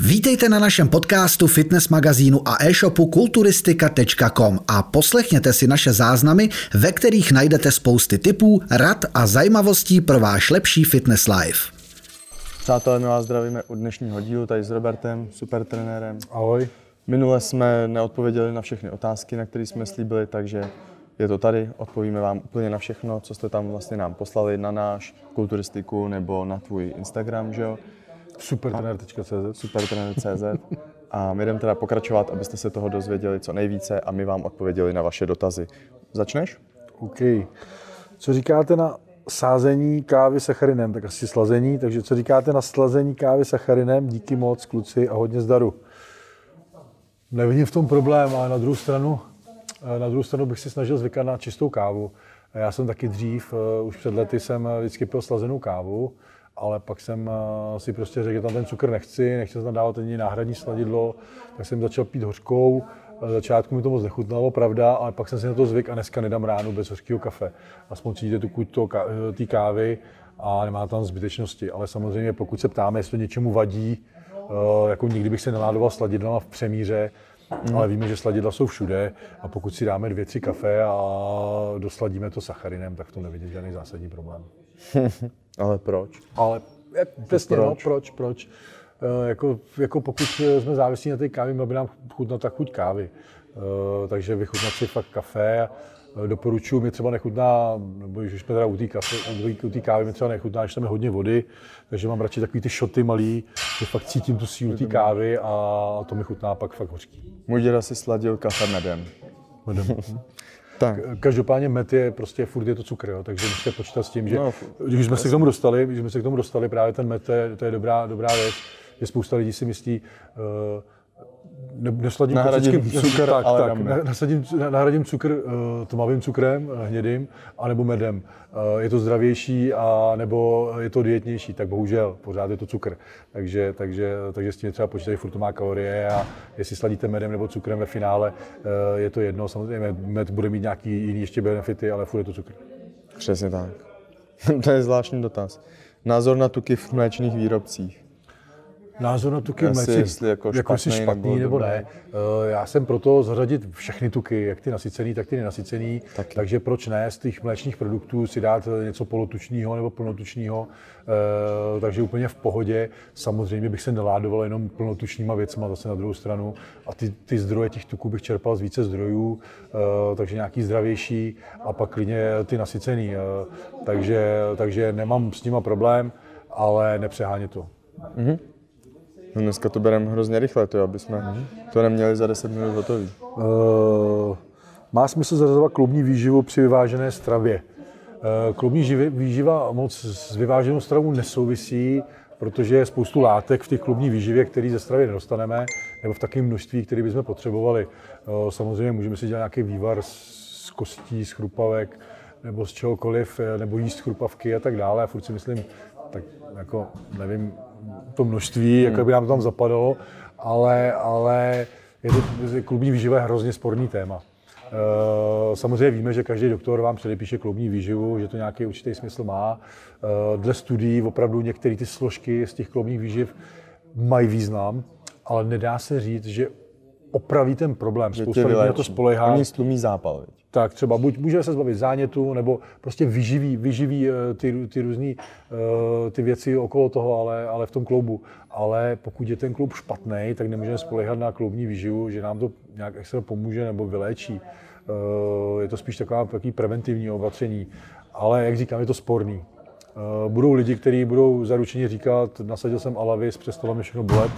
Vítejte na našem podcastu, fitness magazínu a e-shopu kulturistika.com a poslechněte si naše záznamy, ve kterých najdete spousty tipů, rad a zajímavostí pro váš lepší fitness life. Přátelé, my vás zdravíme u dnešního dílu tady s Robertem, supertrenérem. Ahoj. Minule jsme neodpověděli na všechny otázky, na které jsme slíbili, takže je to tady. Odpovíme vám úplně na všechno, co jste tam vlastně nám poslali na náš kulturistiku nebo na tvůj Instagram, že jo? Supertrener.cz. A my jdeme teda pokračovat, abyste se toho dozvěděli co nejvíce a my vám odpověděli na vaše dotazy. Začneš? OK. Co říkáte na sázení kávy sacharinem? Tak asi slazení. Takže co říkáte na slazení kávy sacharinem? Díky moc, kluci, a hodně zdaru. Nevidím v tom problém, ale na druhou stranu bych si snažil zvykat na čistou kávu. Já jsem taky dřív, už před lety jsem vždycky pil slazenou kávu, ale pak jsem si prostě řekl, že tam ten cukr nechtěl jsem tam dávat ani náhradní sladidlo, tak jsem začal pít hořkou. V začátku mi to moc nechutnalo, pravda, ale pak jsem si na to zvyk a dneska nedám ráno bez hořkého kafe. Aspoň cítíte tu chuť té kávy a nemá tam zbytečnosti. Ale samozřejmě pokud se ptáme, jestli to něčemu vadí, jako nikdy bych se neládoval sladidlama v přemíře, ale víme, že sladidla jsou všude a pokud si dáme 2-3 kafe a dosladíme to sacharinem, tak to nevidím žádný zásadní problém. Ale proč? Ale přesně, proč? Jako pokud jsme závislí na té kávě, měl by nám chutnat ta chuť kávy. Takže vychutnat si fakt kafe. Doporučuji, mi třeba nechutná, nebo když jsme teda u té kávy, mi třeba nechutná, že tam je hodně vody, takže mám radši takový ty šoty malý, že fakt cítím tu sílu té kávy a to mi chutná pak fakt hořký. Můj děda si sladil kafe medem. Tak. Každopádně med je prostě, furt je to cukr, jo, takže musíte počítat s tím, že když jsme se k tomu dostali, právě ten med, to je dobrá věc, že spousta lidí si myslí, nahradím cukr tmavým cukrem, hnědým, anebo medem. Je to zdravější, a nebo je to dietnější, tak bohužel, pořád je to cukr. Takže s tím je třeba počítat, že furt to má kalorie a jestli sladíte medem nebo cukrem ve finále, je to jedno. Samozřejmě med bude mít nějaký jiný ještě benefity, ale furt je to cukr. Přesně tak. To je zvláštní dotaz. Názor na tuky v mléčných výrobcích. Názor na tuky v mléci, jako špatný nebo ne. Já jsem proto zařadit všechny tuky, jak ty nasycený, tak ty nenasycený. Takže proč ne z těch mléčných produktů si dát něco polotučného nebo plnotučného. Takže úplně v pohodě. Samozřejmě bych se neládoval jenom plnotučnýma věcma zase na druhou stranu. A ty zdroje těch tuků bych čerpal z více zdrojů, takže nějaký zdravější a pak klidně ty nasycený. Takže nemám s nima problém, ale nepřehánět to. Mm-hmm. No dneska to bereme hrozně rychle, aby jsme to neměli za 10 minut hotový. Má smysl zařazovat kloubní výživu při vyvážené stravě. Kloubní výživa moc s vyváženou stravou nesouvisí, protože je spoustu látek v těch kloubní výživě, které ze stravy nedostaneme, nebo v takovém množství, které bychom potřebovali. Samozřejmě můžeme si dělat nějaký vývar z kostí, z chrupavek, nebo z čehokoliv, nebo jíst chrupavky a tak dále. Já furt si myslím, tak jako nevím, to množství, jak by nám to tam zapadalo, ale kloubní výživa je hrozně sporný téma. Samozřejmě víme, že každý doktor vám předepíše kloubní výživu, že to nějaký určitý smysl má. Dle studií opravdu některé ty složky z těch kloubních výživ mají význam, ale nedá se říct, že opraví ten problém. Spousta lidí na to spoléhá. Oni stlumí zápal. Tak třeba buď může se zbavit zánětu, nebo prostě vyživí ty různé ty věci okolo toho, ale v tom kloubu. Ale pokud je ten kloub špatný, tak nemůžeme spoléhat na kloubní výživu, že nám to nějak extra pomůže nebo vyléčí. Je to spíš takový preventivní opatření. Ale jak říkám, je to sporný. Budou lidi, kteří budou zaručeně říkat, nasadil jsem Alavis, přestalo mi všechno bolet.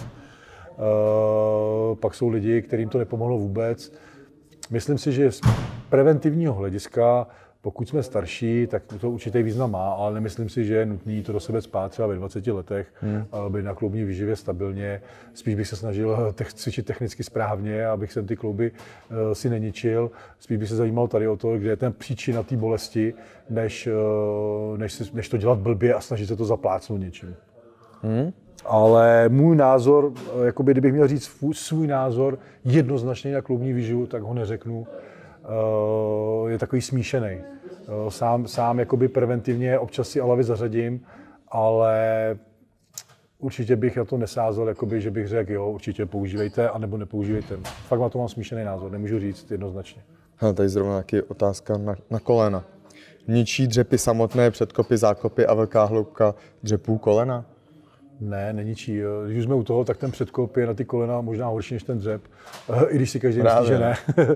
Pak jsou lidi, kterým to nepomohlo vůbec. Myslím si, že z preventivního hlediska, pokud jsme starší, tak to určitý význam má, ale nemyslím si, že je nutné to do sebe spát třeba ve 20 letech, být na kloubní výživě stabilně. Spíš bych se snažil cvičit technicky správně, abych sem ty klouby si neničil. Spíš bych se zajímal tady o to, kde je ten příčina té bolesti, než to dělat blbě a snažit se to zaplácnout něčím. Ale můj názor, jakoby, kdybych měl říct svůj názor jednoznačně na kloubní výživu, tak ho neřeknu. Je takový smíšený. Sám jakoby preventivně občas si Alavis zařadím, ale určitě bych na to nesázel, jakoby, že bych řekl, jo, určitě používejte, anebo nepoužívejte. Fakt na to mám smíšený názor, nemůžu říct jednoznačně. Hele, tady zrovna taky otázka na kolena. Ničí dřepy samotné, předkopy, zákopy a velká hloubka dřepů kolena? Ne, neničí. Když už jsme u toho, tak ten předkop je na ty kolena možná horší než ten dřep, i když si každý myslí, že ne.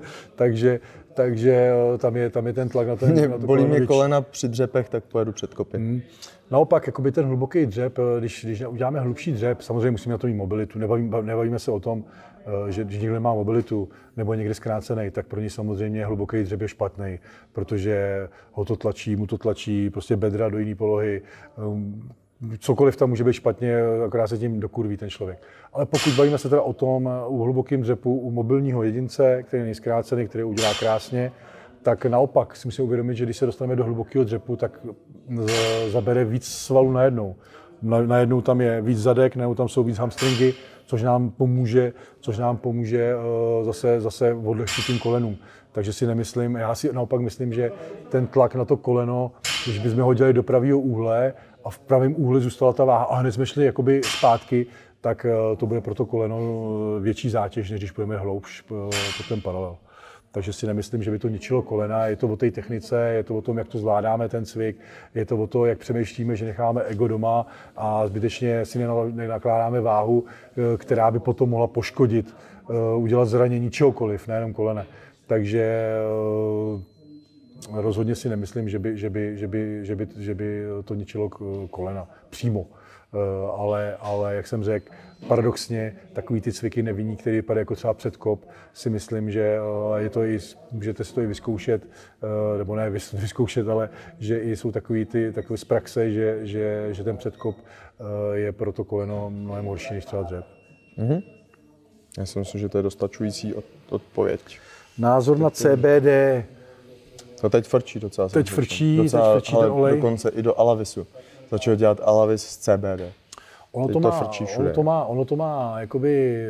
takže tam je ten tlak na ten. Bolí mě kolena při dřepech, tak pojedu předkopy. Naopak, jakoby ten hluboký dřep, když uděláme hlubší dřep, samozřejmě musíme na to mít mobilitu. Nebavíme se o tom, že když někdo nemá mobilitu nebo je někde zkrácený, tak pro něj samozřejmě hluboký dřep je špatný, protože mu to tlačí prostě bedra do jiné polohy. Cokoliv tam může být špatně, akorát se tím dokurví ten člověk. Ale pokud bavíme se teda o tom, u hlubokým dřepu, u mobilního jedince, který je nejzkrácený, který udělá krásně, tak naopak si musíme uvědomit, že když se dostaneme do hlubokého dřepu, tak zabere víc svalů najednou. Najednou tam je víc zadek, najednou tam jsou víc hamstringy, což nám pomůže zase odlehčit tím kolenům. Takže si nemyslím, já si naopak myslím, že ten tlak na to koleno, když bychom ho dělali do pravého úhle a v pravém úhle zůstala ta váha a hned jsme šli jakoby zpátky, tak to bude pro to koleno větší zátěž, než když půjdeme hloubš po ten paralel. Takže si nemyslím, že by to ničilo kolena, je to o té technice, je to o tom, jak to zvládáme ten cvik, je to o tom, jak přemýšlíme, že necháme ego doma a zbytečně si nenakládáme váhu, která by potom mohla poškodit, udělat zranění čehokoliv, nejenom kolene. Takže rozhodně si nemyslím, že by to ničilo kolena přímo. Ale jak jsem řekl, paradoxně takový ty cviky nevinní, které vypadají jako třeba předkop, si myslím, že je to i, můžete si to i vyzkoušet, nebo ne vyzkoušet, ale že i jsou takové z praxe, že ten předkop je pro to koleno mnohem horší než třeba dřep. Mm-hmm. Já si myslím, že to je dostačující odpověď. Názor na CBD. To teď frčí docela. Teď frčí ale ten olej. Dokonce i do Alavisu. Začal dělat Alavis z CBD. Ono to má jakoby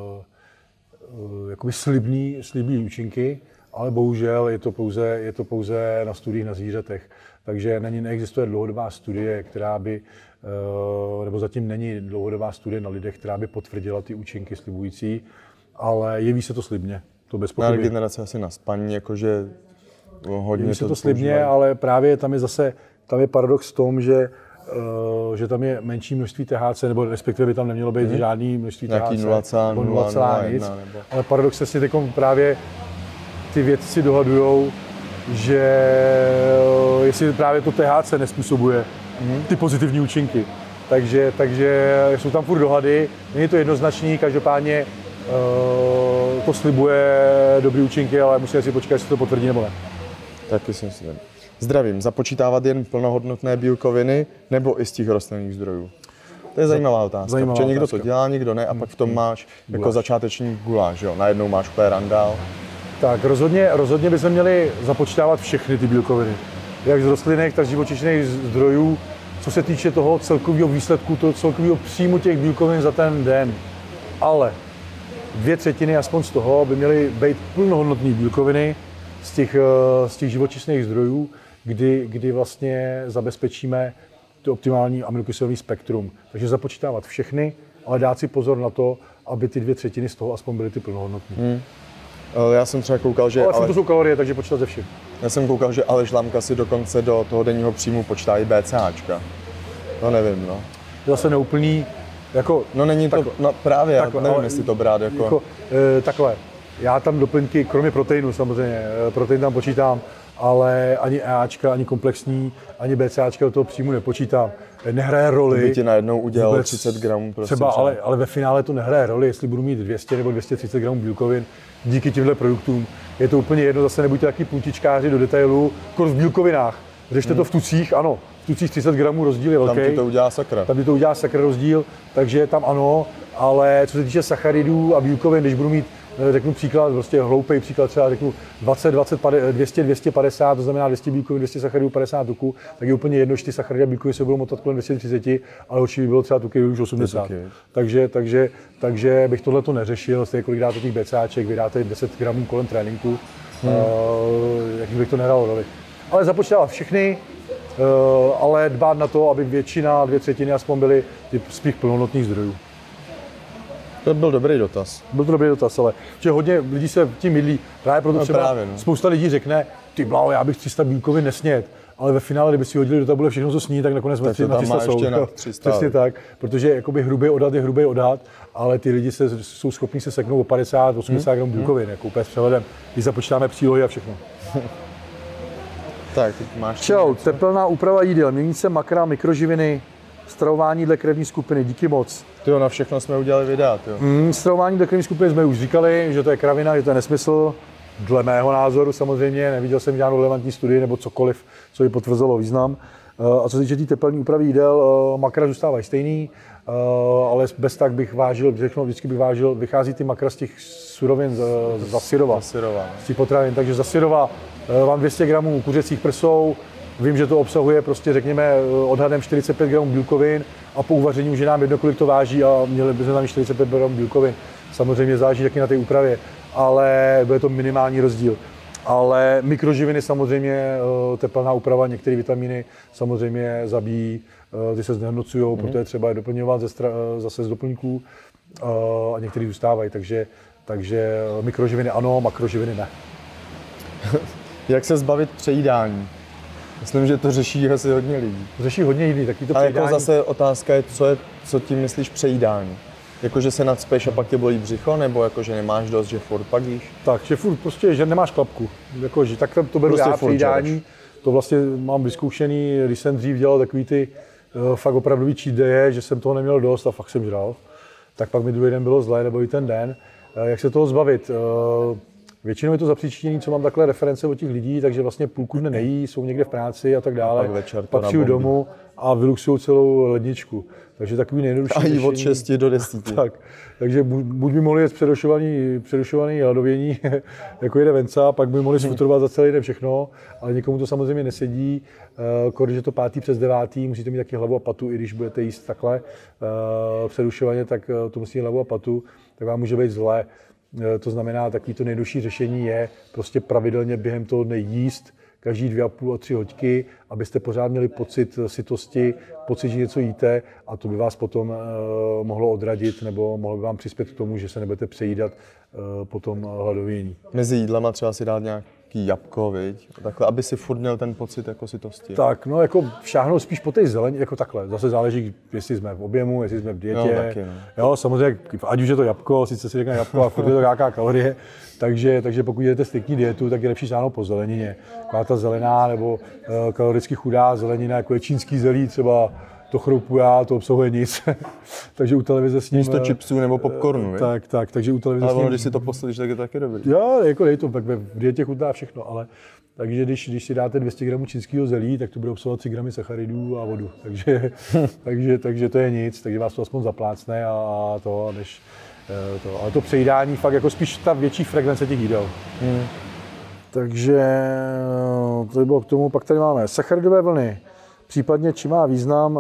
slibný účinky, ale bohužel je to pouze na studiích na zvířatech. Takže neexistuje dlouhodobá studie, která by, nebo zatím není dlouhodobá studie na lidech, která by potvrdila ty účinky slibující, ale jeví se to slibně. To bez pochyby. Na regeneraci asi na spaní, jakože hodně jeví se to slibně, ale právě tam je paradox v tom, že tam je menší množství THC, nebo respektive by tam nemělo být žádný množství THC. Nějaký 0,0 nic. Ale paradoxně si právě ty vědci dohadujou, že jestli právě to THC nespůsobuje ty pozitivní účinky. Takže jsou tam furt dohady, není to jednoznačný, každopádně to slibuje dobrý účinky, ale musíme si počkat, jestli to potvrdí nebo ne. Taky si myslím. Zdravím. Započítávat jen plnohodnotné bílkoviny nebo i z těch rostlinných zdrojů? To je zajímavá otázka. Protože někdo to dělá, někdo ne a pak v tom máš jako začáteční guláš, jo? Najednou máš úplně randál. Tak rozhodně bychom měli započítávat všechny ty bílkoviny. Jak z rostlinek, tak z živočišných zdrojů, co se týče toho celkového výsledku, toho celkového příjmu těch bílkovin za ten den. Ale 2/3 aspoň z toho by měly být plnohodnotné bílkoviny z těch živočišných zdrojů, kdy vlastně zabezpečíme to optimální aminokyselový spektrum. Takže započítávat všechny, ale dát si pozor na to, aby ty 2/3 z toho aspoň byly ty plnohodnotné. Já jsem třeba koukal, že... Ale to jsou kalorie, takže počítat ze všem. Já jsem koukal, že Aleš Lamka si dokonce do toho denního příjmu počítá i BCAčka. No nevím, no. Zase neúplný, jako... No není to, no právě, takhle, já nevím, jestli to brát jako... Takhle, já tam doplňky, kromě proteinu samozřejmě, protein tam počítám, ale ani EAčka, ani komplexní, ani BCAčka do toho příjmu nepočítám. Nehraje roli. Kdyby ti najednou udělal 30 gramů prostě. Třeba, ale ve finále to nehraje roli, jestli budu mít 200 nebo 230 gramů bílkovin díky těmhle produktům. Je to úplně jedno, zase nebuďte taky puntičkáři do detailu, jako v bílkovinách. Řešte to v tucích, ano. V tucích 30 gramů rozdíl je velký. Tam ti to udělá sakra. Tam ti to udělá sakra rozdíl, takže tam ano, ale co se týče sacharidů a bílkovin, když budu mít, řeknu příklad, prostě hloupej příklad, třeba řeknu 200, 250, to znamená 200 bílkovin, 200 sacharidů, 50 tuků, tak je úplně jedno, že ty sacharidy a bílkoviny se budou motat kolem 230, ale určitě by bylo třeba tuky už 80. Takže bych tohleto neřešil, stejně kolik dáte těch BCAček, vy dáte 10 gramů kolem tréninku, jaký bych to nehrál roli. Ale započítávat všechny, ale dbát na to, aby většina, 2/3 aspoň byly z těch plnohodnotných zdrojů. To byl dobrý dotaz. Byl to dobrý dotaz, ale že hodně lidí se tím mydlí. Právě proto třeba spousta lidí řekne, ty bláho, já bych 300 bílkovin nesnědl. Ale ve finále, kdyby si hodili do tabule všechno, co sní, tak nakonec na 300 jsou. Přesně tak, protože jakoby hrubý odhad je hrubý odhad, ale ty lidi jsou schopni se seknout o 50-80 gramů bílkovin, jako úplně s přehledem, když započítáme přílohy a všechno. Tak, máš... Čau, tepelná úprava jídel, mění se makra, mikroživiny, stravování dle krevní skupiny, díky moc. Tyjo, na všechno jsme udělali videa, tyjo. Stravování dle krevní skupiny jsme už říkali, že to je kravina, že to je nesmysl. Dle mého názoru samozřejmě, neviděl jsem žádnou relevantní studii nebo cokoliv, co by potvrzelo význam. A co se týče té tepelné úpravy jídel, makra zůstávají stejný, ale bez tak bych vážil, vždycky bych vážil, vychází ty makra z těch surovin za syrova. Z těch potravin, takže za syrova mám 200 gramů kuřecích prsou, vím, že to obsahuje prostě řekněme odhadem 45 gramů bílkovin a po uvaření už je nám jedno, kolik to váží a měli bychom tam 45 gramů bílkovin. Samozřejmě záleží taky na té úpravě, ale bude to minimální rozdíl. Ale mikroživiny samozřejmě, tepelná úprava, některé vitamíny samozřejmě zabíjí, ty se znehodnocují, proto je třeba je doplňovat zase z doplňků a některé zůstávají, takže mikroživiny ano, makroživiny ne. Jak se zbavit přejídání? Myslím, že to řeší asi hodně lidí. Řeší hodně lidí, taky to a přejídání. jako zase otázka je, co tím myslíš přejídání? Jakože se nadspeš a pak tě bolí břicho, nebo jakože nemáš dost, že furt pak jíš? Tak, že furt prostě, že nemáš klapku. Jakože, tak to beru prostě já přejídání. To vlastně mám vyzkoušený, když jsem dřív dělal takový ty fakt opravdový cheat day, že jsem toho neměl dost a fakt jsem žral. Tak pak mi druhý den bylo zlé, nebo i ten den. Jak se toho zbavit? Většinou je to zapříčinění, co mám takhle reference od těch lidí, takže vlastně půlku dne nejí, jsou někde v práci a tak dále. Pak přijdu domů a vyluxují celou ledničku. Takže takový nejjednodušší řešení. A jí od 6 do 10. Tak, takže buď by mohli jet přerušovaný hladovění, jako jede Venca, pak by mohli sfutrovat za celý den všechno, ale někomu to samozřejmě nesedí. Když je to 5. přes 9, musíte mít taky hlavu a patu, i když budete jíst takhle přerušovaně, tak to musí mít hlavu a patu, tak vám může být zle. To znamená, takový to nejjednodušší řešení je prostě pravidelně během toho dne jíst, každý 2,5 a 3 hoďky, abyste pořád měli pocit sytosti, pocit, že něco jíte a to by vás potom mohlo odradit nebo mohlo by vám přispět k tomu, že se nebudete přejídat potom hladovění. Mezi jídlama třeba si dát nějaký jabko, viď? Takhle, aby si furt měl ten pocit jako sytosti. Tak, no jako šáhnout spíš po té zeleni, jako takhle. Zase záleží, jestli jsme v objemu, jestli jsme v dietě. No, taky, no. Jo, samozřejmě, ať už je to jabko, sice si řekne jabko a furt je to nějaká kalorie, takže pokud jdete striktní dietu, tak je lepší šáhnout po zelenině. Taková ta zelená nebo kaloricky chudá zelenina, jako je čínský zelí, třeba to chroupu já, to obsahuje nic. Takže u televize s ním... Místo chipsů nebo popcornu, takže u televize ale s ním... když si to poslíš, tak je to taky dobrý. Jo, jako dej to, tak v dietě chutná všechno, ale... Takže když si dáte 200 gramů čínského zelí, tak to bude obsahovat 3 gramy sacharidů a vodu. Takže to je nic, takže vás to aspoň zaplácne a to, než to. Ale to přejídání fakt jako spíš ta větší frekvence těch jídel. Takže to by bylo k tomu. Pak tady máme sacharidové vlny. Případně, či má význam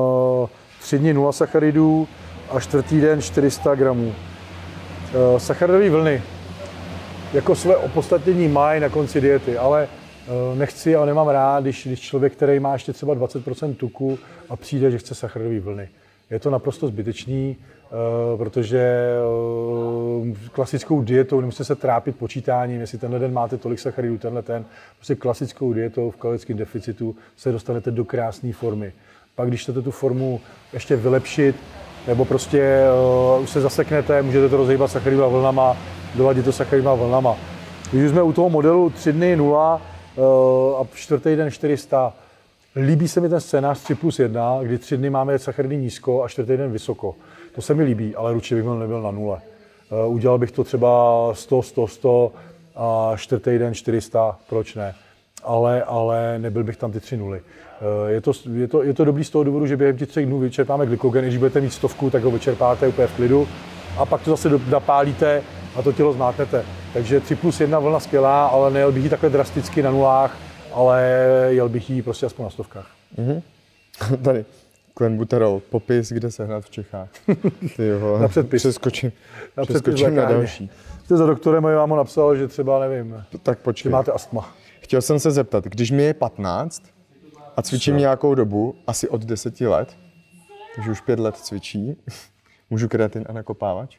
3 dny 0 sacharidů a 4. den 400 gramů. Sacharidové vlny jako své opodstatnění mají na konci diety, ale nechci a nemám rád, když člověk, který má ještě třeba 20% tuku a přijde, že chce sacharidové vlny. Je to naprosto zbytečný, protože klasickou dietou nemusíte se trápit počítáním, jestli tenhle den máte tolik sacharidů, tenhle ten. Prostě klasickou dietou v kalorickém deficitu se dostanete do krásné formy. Pak když chcete tu formu ještě vylepšit, nebo prostě už se zaseknete, můžete to rozhýbat sacharidovými vlnama, doladit to sacharidovými vlnama. Když jsme u toho modelu 3 dny 0 a 4. den 400, líbí se mi ten scénář 3+1, kdy 3 dny máme sacharidy nízko a 4. den vysoko. To se mi líbí, ale určitě bych nebyl na 0. Udělal bych to třeba 100, 100, 100 a 4. den 400, proč ne? Ale nebyl bych tam ty 3 nuly. Je to dobrý z toho důvodu, že během těch 3 dnů vyčerpáme glykogen, když budete mít 100, tak ho vyčerpáte úplně v klidu a pak to zase napálíte a to tělo zmátnete. Takže 3+1 vlna skvělá, ale nejel bych ji takhle drasticky na nulách, ale jel bych ji prostě aspoň na 100. Tady, Klen Buterol, popis, kde sehnat v Čechách. Tyjo, na předpis. Přeskočím na další. Jste za doktorem a vám ho napsal, že třeba, nevím, tak počkej. že máte astma. Chtěl jsem se zeptat, když mi je 15 A cvičím nějakou dobu, asi od 10 let, takže už 5 let cvičí. Můžu kreatin a nakopávač?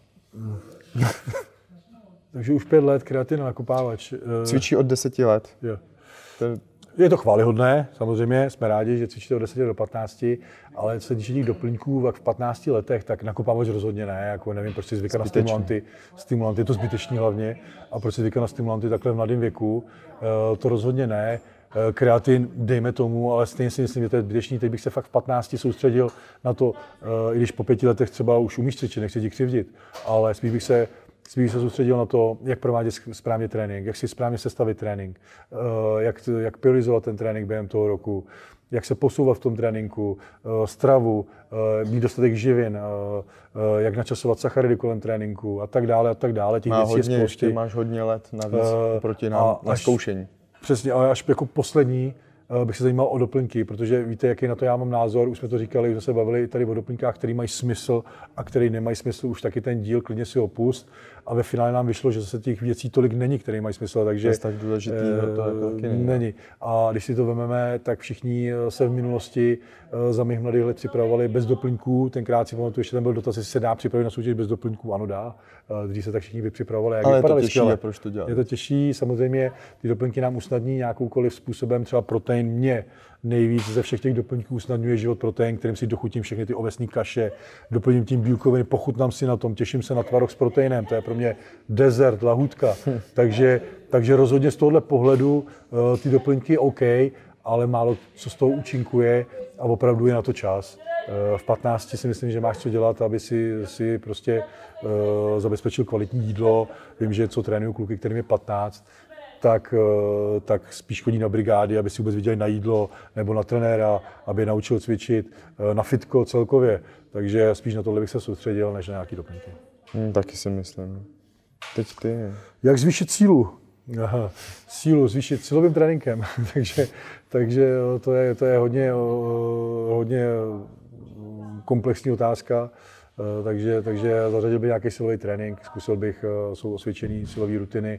Takže už 5 let kreatin a nakopávač. Cvičí od 10 let. Jo. Je to chvályhodné, samozřejmě, jsme rádi, že cvičíte od 10 do 15, ale co se týče těch doplňků, tak v 15 letech, tak nakopávač rozhodně ne, jako nevím, proč si zvykat na stimulanty, je to zbytečný hlavně, a proč si zvykat na stimulanty takhle v mladém věku, to rozhodně ne. Kreatin, dejme tomu, ale stejně si myslím, že to je zbytečný. Teď bych se fakt v 15 soustředil na to, i když po 5 letech třeba už umíš cvičit, nechci ti křivdit, ale spíš bych se soustředil na to, jak provádět správně trénink, jak si správně sestavit trénink, jak priorizovat ten trénink během toho roku, jak se posouvat v tom tréninku, stravu, mít dostatek živin, jak načasovat sacharidy kolem tréninku a tak dále, a tak dále. Těch věcí je spousty. Máš hodně let navíc proti nám na zkoušení. Přesně, ale až jako poslední bych se zajímal o doplňky, protože víte, jaký na to já mám názor, už jsme to říkali, už jsme se bavili tady o doplňkách, který mají smysl a který nemají smysl, už taky ten díl, klidně si ho pust. A ve finále nám vyšlo, že zase těch věcí tolik není, které mají smysl, takže to tak důležitý, to jako taky není. A když si to vezmeme, tak všichni se v minulosti za mých mladých let připravovali bez doplňků. Tenkrát si pamatuju, ještě tam byl dotaz, jestli se dá připravit na soutěž bez doplňků. Ano, dá. Když se tak všichni vypřipravovali, jak vypadali skvěle. Proč to dělat? Je to těžší, samozřejmě ty doplňky nám usnadní nějakoukoliv způsobem, třeba protein mě nejvíc ze všech těch doplňků usnadňuje život protein, kterým si dochutím všechny ty ovesní kaše, doplním tím bílkoviny, pochutnám si na tom, těším se na tvaroh s proteinem, to je pro mě dezert, lahůdka. Takže rozhodně z tohohle pohledu ty doplňky OK, ale málo co z toho účinkuje a opravdu je na to čas. V 15 si myslím, že máš co dělat, aby si prostě zabezpečil kvalitní jídlo. Vím, že co trénuju kluky, kterým je 15, tak spíš chodí na brigády, aby si vůbec viděli na jídlo nebo na trenéra, aby je naučil cvičit, na fitko celkově. Takže spíš na tohle bych se soustředil, než na nějaké doplňky. Taky si myslím. Teď ty. Jak zvýšit sílu? Aha, sílu zvýšit silovým tréninkem. takže to je hodně komplexní otázka. Takže zařadil bych nějaký silový trénink, zkusil bych, jsou osvědčený silové rutiny,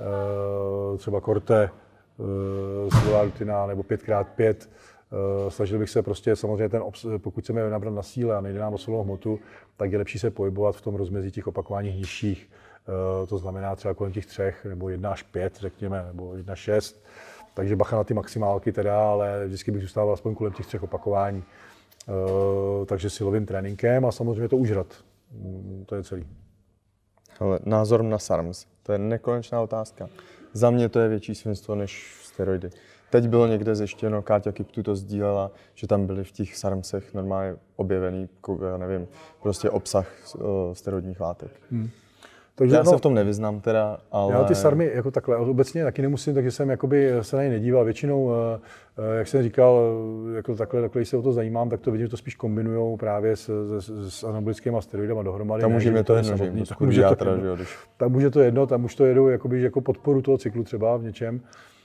třeba korte, silová rutina nebo 5x5. Snažil bych se prostě samozřejmě pokud chceme nabrat na síle a nejde nám o silovou hmotu, tak je lepší se pohybovat v tom rozmezí těch opakování nižších. To znamená třeba kolem těch 3 nebo 1 až 5, řekněme, nebo 1 až 6. Takže bacha na ty maximálky teda, ale vždycky bych zůstával aspoň kolem těch 3 opakování. Takže silovým tréninkem a samozřejmě to užrat. To je celý. Ale názor na SARMs, to je nekonečná otázka. Za mě to je větší svinstvo než steroidy. Teď bylo někde zjištěno, Káťa Kiptu to sdílela, že tam byly v těch SARMsech normálně objevený, já nevím, prostě obsah steroidních látek. Takže já se v tom nevyznám teda, ale... Já ty SARMy jako takhle obecně taky nemusím, takže jsem jakoby se na ně nedíval. Většinou, jak jsem říkal, jako takhle, když se o to zajímám, tak to vidím, že to spíš kombinujou právě s anabolickými steroidama dohromady. Tam můžeme to jedno, tam může to jedno, tam už to jedou jakoby, jako podporu toho cyklu třeba v něčem.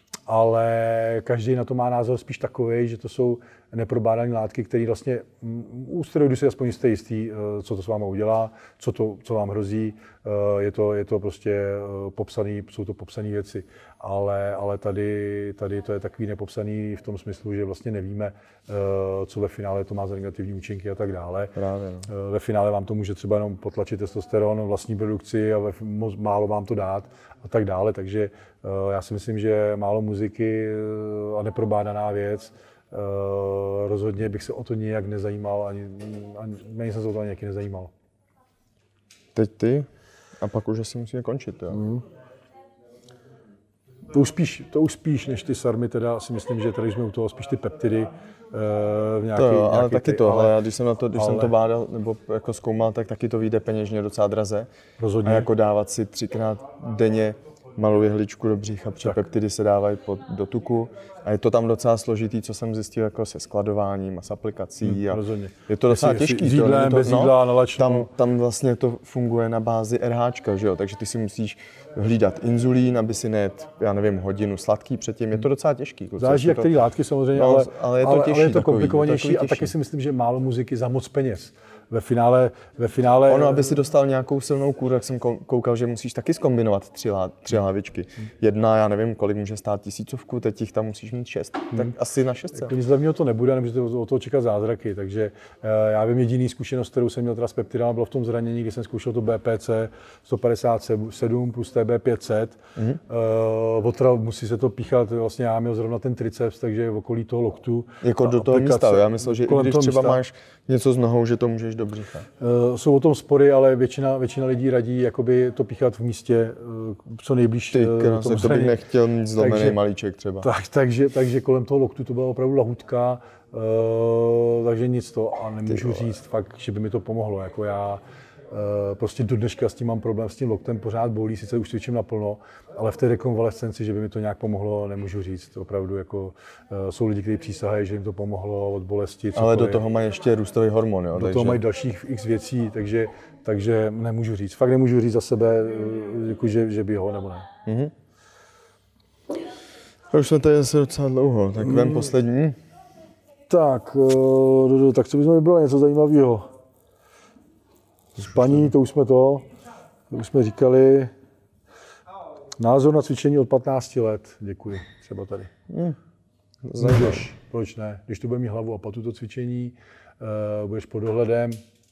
Ale každý na to má názor spíš takový, že to jsou neprobádané látky, které vlastně u steroidů si aspoň jste jistý, co to s váma udělá, co vám hrozí. Je to prostě jsou to popsané věci. Ale tady to je takový nepopsaný v tom smyslu, že vlastně nevíme, co ve finále to má za negativní účinky a tak dále. Právě, no. Ve finále vám to může třeba jenom potlačit testosteron, vlastní produkci a málo vám to dát a tak dále. Takže já si myslím, že málo muziky a neprobádaná věc. Rozhodně bych se o to nijak nezajímal, ani jsem se o to ani nezajímal. Teď ty a pak už asi musíme končit, jo? To už spíš než ty SARMy, teda si myslím, že tady jsme u toho spíš ty peptidy. Ale taky tohle, já když jsem to bádal nebo jako zkoumal, tak taky to vyjde peněžně docela draze. Rozhodně. A jako dávat si 3x denně malou jehličku do břicha, protože peptidy se dávají do tuku a je to tam docela složitý, co jsem zjistil jako se skladováním a s aplikací. A je to docela těžký. S jídlem, bez jídla, nalačno. Tam vlastně to funguje na bázi RHčka, že jo? Takže ty si musíš hlídat inzulín, aby si nejet, já nevím, hodinu sladký předtím. Je to docela těžký. Záleží, jak ty látky samozřejmě, ale je to komplikovanější a taky si myslím, že málo muziky za moc peněz. ve finále... Ono, aby si dostal nějakou silnou kůru, tak jsem koukal, že musíš taky zkombinovat tři hlavičky. Jedna, já nevím, kolik může stát 1000, teď jich tam musíš mít 6. Tak asi na 6. Nic levného to nebude, nemůžete od toho čekat zázraky, takže já vím, jediný zkušenost, kterou jsem měl teda s peptidem, bylo v tom zranění, kdy jsem zkoušel to BPC 157 plus TB 500. Musí se to píchat, vlastně já měl zrovna ten triceps, takže v okolí toho loktu. Jako do toho místa, já myslel, že i když třeba máš něco s nohou, že to můžeš do břicha. Jsou o tom spory, ale většina lidí radí jakoby to píchat v místě co nejblíž tomu to bych nechtěl mít zlomený malíček třeba. Takže kolem toho loktu to byla opravdu lahutka, takže nic to a nemůžu říct fakt, že by mi to pomohlo. Jako já prostě do dneška s tím mám problém, s tím loktem pořád bolí, sice už cvičím naplno, ale v té rekonvalescenci, že by mi to nějak pomohlo, nemůžu říct. Opravdu jako jsou lidi, kteří přísahají, že jim to pomohlo od bolesti. Ale do toho mají ještě růstový hormon, jo? Do toho mají dalších x věcí, takže nemůžu říct. Fakt nemůžu říct za sebe, jako že by ho nebo ne. Mm-hmm. Už jsme tady zase docela dlouho, tak vem poslední. Tak co bychom vybrali, něco zajímavého. Spaní, to už jsme říkali. Názor na cvičení od 15 let, děkuji, třeba tady. Můžeš, proč ne? Když tu bude mít hlavu a patu to cvičení, budeš pod dohledem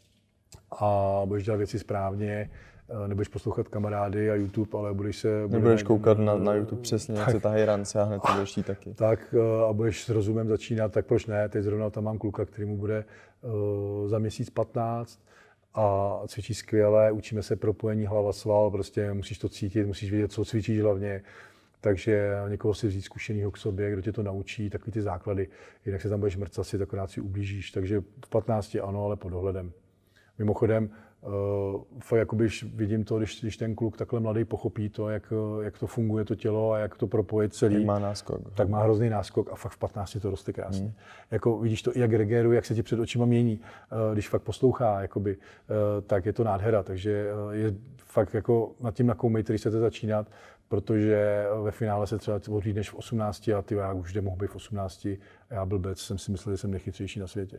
a budeš dělat věci správně, nebudeš poslouchat kamarády a YouTube, ale nebudeš koukat na YouTube přesně, jak se tahají rance a hned to budeš taky. Tak a budeš s rozumem začínat, tak proč ne? Teď zrovna tam mám kluka, který mu bude za měsíc 15 a cvičí skvěle, učíme se propojení hlava-sval, prostě musíš to cítit, musíš vědět, co cvičíš hlavně. Takže někoho si vzít zkušenýho k sobě, kdo tě to naučí, takový ty základy, jinak se tam budeš mrcasit, akorát si ublížíš. Takže v 15 ano, ale pod dohledem. Mimochodem, fakt jakoby vidím to, když ten kluk takhle mladý pochopí to, jak to funguje to tělo a jak to propojit celý, má náskok. Tak má hrozný náskok a fakt v 15 to roste krásně. Jako vidíš to, jak regeruje, jak se ti před očima mění, když fakt poslouchá, jakoby, tak je to nádhera. Takže je fakt jako nad tím nakoumejte, když chcete začínat, protože ve finále se třeba odhlídneš v 18 a ty já už mohl být v 18 a já blbec, jsem si myslel, že jsem nejchytřejší na světě.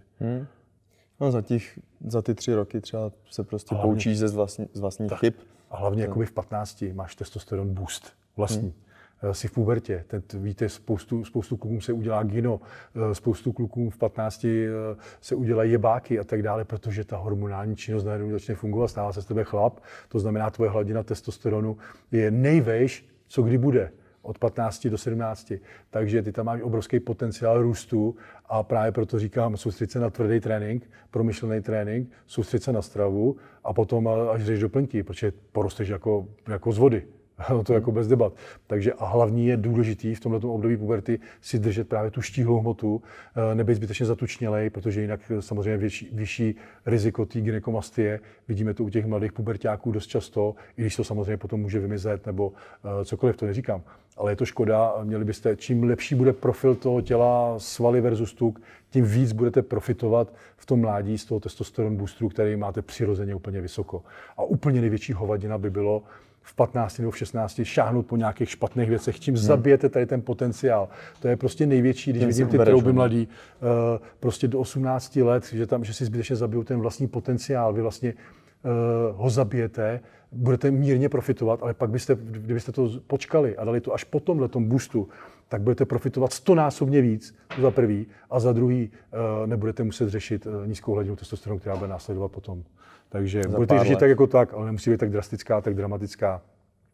No za ty 3 roky třeba se prostě poučíš z vlastních chyb. A hlavně jakoby v 15 máš testosteron boost vlastní. Jsi v pubertě, víte, spoustu klukům se udělá gyno, spoustu klukům v 15 se udělají jebáky a tak dále, protože ta hormonální činnost najednou začne fungovat, stává se z tebe chlap, to znamená, tvoje hladina testosteronu je nejvejš, co kdy bude. Od 15 do 17. Takže ty tam máš obrovský potenciál růstu a právě proto říkám, soustřed se na tvrdý trénink, promyšlený trénink, soustřed se na stravu a potom až jdeš do plňky, protože porosteš jako z vody. To jako bez debat. Takže a hlavní je důležitý v tomto období puberty si držet právě tu štíhlou hmotu, nebejt zbytečně zatučnělej, protože jinak samozřejmě vyšší riziko té gynekomastie. Vidíme to u těch mladých puberťáků dost často, i když to samozřejmě potom může vymizet nebo cokoliv, to neříkám. Ale je to škoda, měli byste, čím lepší bude profil toho těla, svaly versus tuk, tím víc budete profitovat v tom mládí z toho testosteron boostru, který máte přirozeně úplně vysoko. A úplně největší hovadina by bylo v 15 nebo v 16 šáhnout po nějakých špatných věcech, čím zabijete tady ten potenciál. To je prostě největší, když vidím ty trouby mladí, prostě do 18 let, že si zbytečně zabijou ten vlastní potenciál, vy vlastně ho zabijete, budete mírně profitovat, ale pak kdybyste to počkali a dali to až po tomhletom boostu, tak budete profitovat 100násobně víc, to za prvý, a za druhý nebudete muset řešit nízkou hladinu testosteronu, která bude následovat potom. Takže budete řešit tak jako tak, ale nemusí být tak drastická, tak dramatická.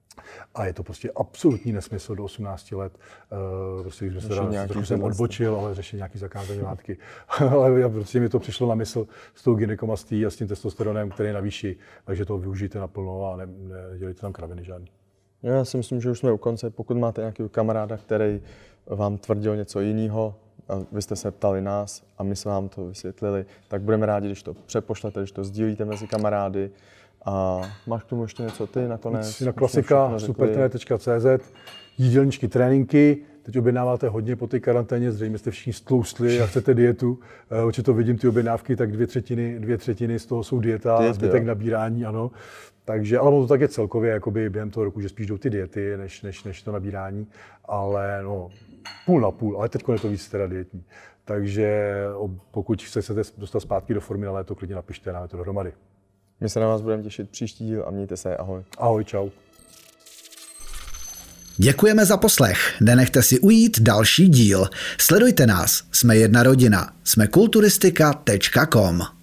A je to prostě absolutní nesmysl do 18 let. Prostě když jsem odbočil, ale řešit nějaký zakázané látky. Ale prostě mi to přišlo na mysl s tou gynekomastí a s tím testosteronem, který je na výši. Takže to využijte naplno a nedělejte tam kraviny žádný. Já si myslím, že už jsme u konce. Pokud máte nějakého kamaráda, který vám tvrdil něco jiného, a vy jste se ptali nás a my jsme vám to vysvětlili, tak budeme rádi, když to přepošlete, když to sdílíte mezi kamarády. A máš k tomu ještě něco ty nakonec? Na klasika supertrener.cz, jídelníčky, tréninky. Teď objednáváte hodně po té karanténě, zřejmě jste všichni stloustli a chcete dietu. Určitě to vidím, ty objednávky, tak dvě třetiny z toho jsou dieta a zbytek nabírání, ano. Takže, ale to tak je celkově jakoby během toho roku, že spíš jdou ty diety, než to nabírání. Ale no, půl na půl, ale teď je to víc teda dietní. Takže pokud se chcete dostat zpátky do formy na léto, klidně napište, dáme to dohromady. My se na vás budeme těšit příští díl a mějte se, ahoj. Ahoj, čau. Děkujeme za poslech. Nenechte si ujít další díl. Sledujte nás. Jsme jedna rodina. Jsme kulturistika.com.